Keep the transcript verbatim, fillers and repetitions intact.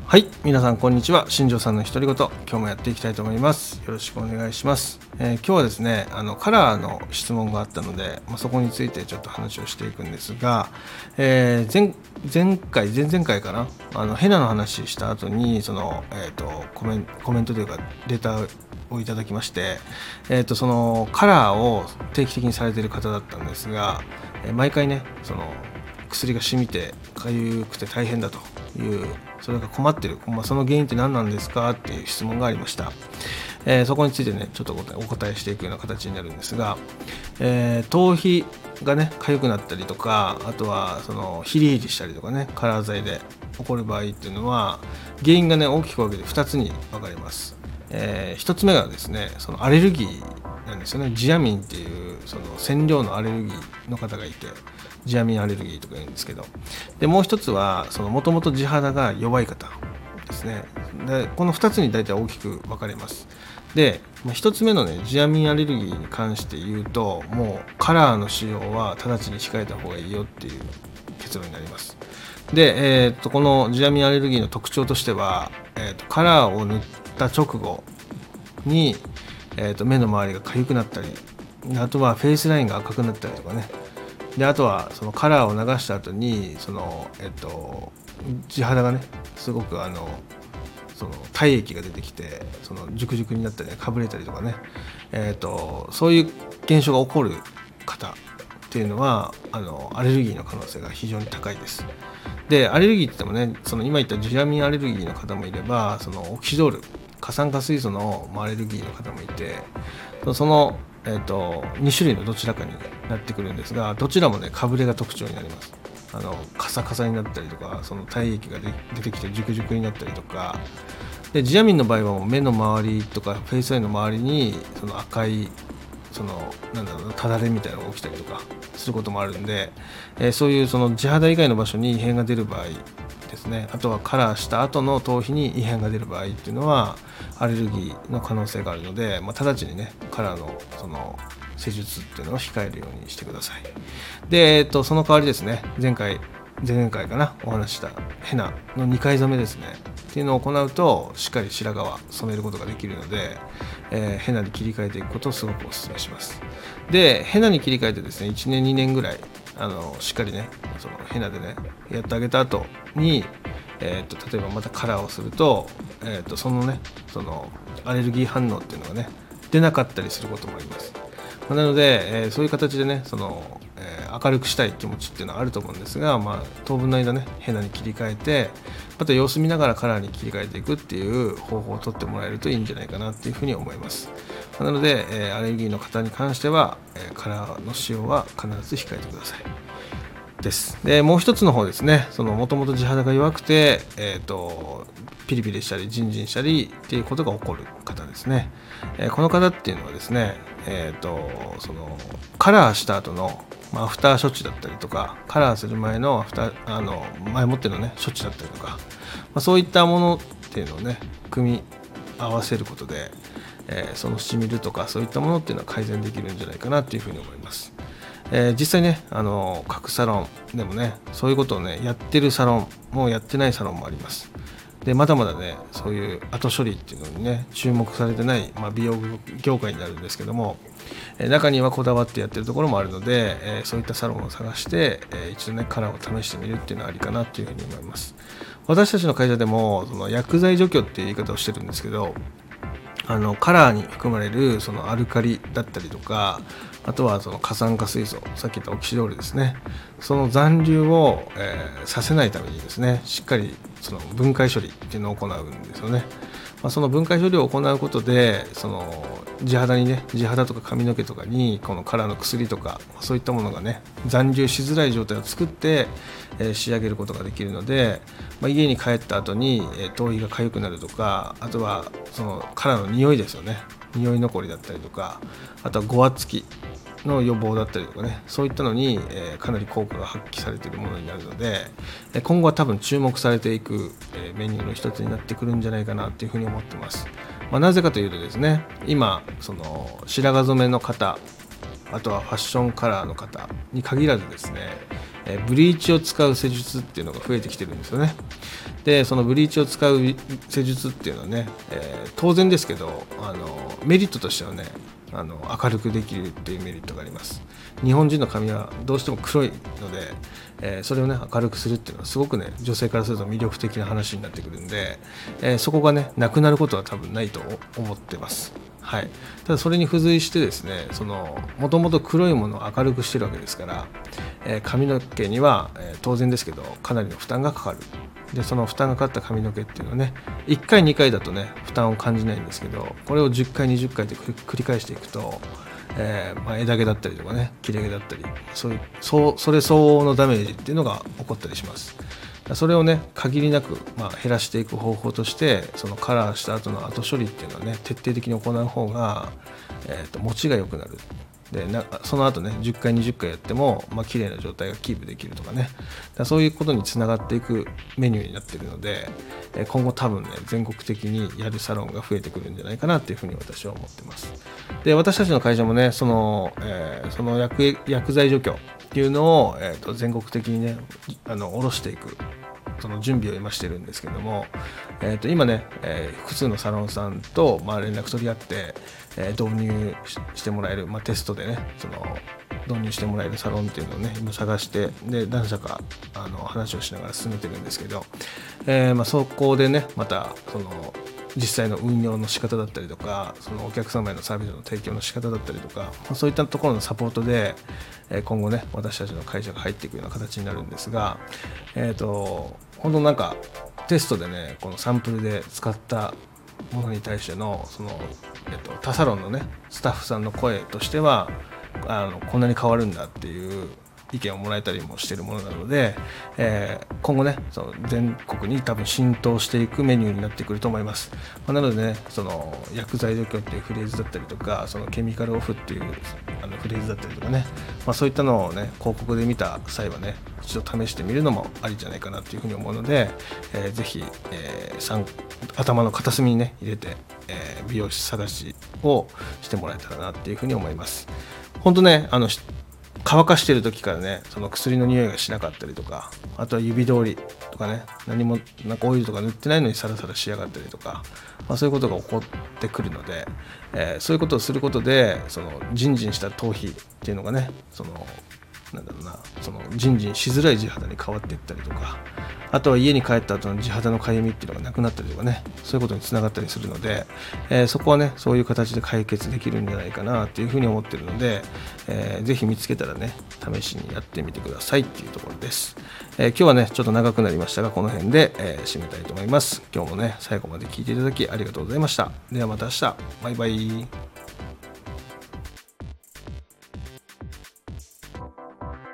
はい、皆さんこんにちは。新庄さんの独り言、今日もやっていきたいと思います。よろしくお願いします。えー、今日はですね、あのカラーの質問があったので、まあ、そこについてちょっと話をしていくんですが、えー、前前回前々回かな、あのヘナの話した後にそのえっ、ー、とコメンコメントというかレターをいただきまして、えー、とそのカラーを定期的にされている方だったんですが、えー毎回ねその薬が染みて痒くて大変だという、それが困っている、まあ、その原因って何なんですかっていう質問がありました。えー、そこについてねちょっとお答えしていくような形になるんですが、えー、頭皮がね痒くなったりとか、あとはそのヒリヒリしたりとかね、カラー剤で起こる場合っていうのは原因がね大きく分けてふたつに分かれます。えー、ひとつめがですねそのアレルギーなんですよね。ジアミンっていうその染料のアレルギーの方がいて、ジアミンアレルギーとか言うんですけど、でもう一つはもともと地肌が弱い方ですね。でこのふたつに大体大きく分かれます。でひとつめのねジアミンアレルギーに関して言うと、もうカラーの使用は直ちに控えた方がいいよっていう結論になります。で、えー、とこのジアミンアレルギーの特徴としては、えー、とカラーを塗った直後に、えー、と目の周りが痒くなったり、あとはフェイスラインが赤くなったりとかね、であとはそのカラーを流した後にその、えっと、地肌がねすごくあのその体液が出てきて、そのジュクジュクになったりかぶれたりとかね、えっと、そういう現象が起こる方っていうのはあのアレルギーの可能性が非常に高いです。でアレルギーって言ってもね、その今言ったジアミンアレルギーの方もいれば、そのオキシドール、過酸化水素のアレルギーの方もいて、そのえー、とに種類のどちらかになってくるんですが、どちらもねかぶれが特徴になります。あのカサカサになったりとか、その体液がで出てきてジュクジュクになったりとかで、ジアミンの場合はもう目の周りとかフェイスラインの周りにその赤いそのなんだろうな、ただれみたいなのが起きたりとかすることもあるんで、えー、そういうその地肌以外の場所に異変が出る場合ですね、あとはカラーした後の頭皮に異変が出る場合っていうのはアレルギーの可能性があるので、まあ、直ちにねカラーのその施術っていうのを控えるようにしてください。で、えっと、その代わりですね、前回前々回かなお話したヘナのにかい染めですねっていうのを行うと、しっかり白髪は染めることができるので、えー、ヘナに切り替えていくことをすごくお勧めします。でヘナに切り替えてですねいちねんにねんぐらいあのしっかりねそのヘナでねやってあげた後に、えー、と例えばまたカラーをすると、えー、とそのねそのアレルギー反応っていうのがね出なかったりすることもあります。なので、えー、そういう形でねその、えー、明るくしたい気持ちっていうのはあると思うんですが、まあ、当分の間ねヘナに切り替えて、また様子見ながらカラーに切り替えていくっていう方法をとってもらえるといいんじゃないかなっていうふうに思います。なので、えー、アレルギーの方に関しては、えー、カラーの使用は必ず控えてください。です。でもう一つの方ですね、そのもともと地肌が弱くて、えーと、ピリピリしたりジンジンしたりっていうことが起こる方ですね。えー、この方っていうのはですね、えーと、そのカラーした後の、まあ、アフター処置だったりとか、カラーする前のアフターあの前もってのね処置だったりとか、まあ、そういったものっていうのをね組み合わせることで、えー、そのしみるとかそういったものっていうのは改善できるんじゃないかなっていうふうに思います。えー、実際ねあの各サロンでもねそういうことをねやってるサロンもやってないサロンもあります。でまだまだねそういう後処理っていうのにね注目されてない、まあ、美容業界になるんですけども、えー、中にはこだわってやってるところもあるので、えー、そういったサロンを探して、えー、一度ねカラーを試してみるっていうのはありかなというふうに思います。私たちの会社でもその薬剤除去っていう言い方をしてるんですけど、あのカラーに含まれるそのアルカリだったりとか、あとはその過酸化水素、さっき言ったオキシドールですね、その残留を、えー、させないためにですねしっかりその分解処理っていうのを行うんですよね。まあ、その分解処理を行うことでその地肌にね地肌とか髪の毛とかにこのカラーの薬とかそういったものがね残留しづらい状態を作って、えー、仕上げることができるので、まあ、家に帰った後に、えー、頭皮が痒くなるとか、あとはそのカラーの匂いですよね、匂い残りだったりとか、あとはごわつきの予防だったりとかね、そういったのに、えー、かなり効果が発揮されているものになるので、えー、今後は多分注目されていく、えー、メニューの一つになってくるんじゃないかなというふうに思ってます。まあ、なぜかというとですね、今その白髪染めの方、あとはファッションカラーの方に限らずですね、 えー、ブリーチを使う施術っていうのが増えてきてるんですよね。でそのブリーチを使う施術っていうのはね、えー、当然ですけどあのメリットとしてはねあの明るくできるっていうメリットがあります。日本人の髪はどうしても黒いので、えー、それをね明るくするっていうのはすごくね女性からすると魅力的な話になってくるんで、えー、そこがねなくなることは多分ないと思ってます。はい、ただそれに付随してですねそのもともと黒いものを明るくしてるわけですから、えー、髪の毛には、えー、当然ですけどかなりの負担がかかる。でその負担がかかった髪の毛っていうのはねいっかいにかいだとね負担を感じないんですけど、これをじゅっかいにじゅっかいで繰り返していくと、えーまあ、枝毛だったりとかね切れ毛だったりそういうそそれ相応のダメージっていうのが起こったりします。それをね限りなく、まあ、減らしていく方法としてそのカラーした後の後処理っていうのはね徹底的に行う方が、えーと持ちが良くなる。でなその後ねじゅっかいにじゅっかいやっても、まあ綺麗な状態がキープできるとかね、だそういうことにつながっていくメニューになっているので、今後多分ね全国的にやるサロンが増えてくるんじゃないかなっていうふうに私は思ってます。で私たちの会社もねその、えー、その 薬, 薬剤除去っていうのを、えー、と全国的にねあの下ろしていくその準備を今してるんですけども、えー、と今ね、えー、複数のサロンさんと、まあ、連絡取り合って、えー、導入 し, してもらえる、まあ、テストでねその導入してもらえるサロンっていうのをね今探してで何社かあの話をしながら進めてるんですけど、えーまあ、そこでねまたその実際の運用の仕方だったりとかそのお客様へのサービスの提供の仕方だったりとか、まあ、そういったところのサポートで、えー、今後ね私たちの会社が入っていくような形になるんですが、えーと本当なんかテストでねこのサンプルで使ったものに対してのその、えっと、他サロンのねスタッフさんの声としてはあのこんなに変わるんだっていう意見をもらえたりもしているものなので、えー、今後ねその全国に多分浸透していくメニューになってくると思います。まあ、なのでねその薬剤除去っていうフレーズだったりとかそのケミカルオフっていうあのフレーズだったりとかね、まあ、そういったのをね広告で見た際はね一度試してみるのもありじゃないかなというふうに思うので、えー、ぜひ、えー、頭の片隅にね入れて、えー、美容師探しをしてもらえたらなっていうふうに思います。本当ねあの乾かしてる時からねその薬の匂いがしなかったりとか、あとは指通りとかね何もなんかオイルとか塗ってないのにサラサラ仕上がったりとか、まあ、そういうことが起こってくるので、えー、そういうことをすることでそのジンジンした頭皮っていうのがねそのなんだろうなそのジンジンしづらい地肌に変わっていったりとか、あとは家に帰った後の地肌のかゆみっていうのがなくなったりとかねそういうことにつながったりするので、えー、そこはねそういう形で解決できるんじゃないかなっていうふうに思ってるので、えー、ぜひ見つけたらね試しにやってみてくださいっていうところです。えー、今日はねちょっと長くなりましたがこの辺で、えー、締めたいと思います。今日もね最後まで聞いていただきありがとうございました。ではまた明日、バイバイ。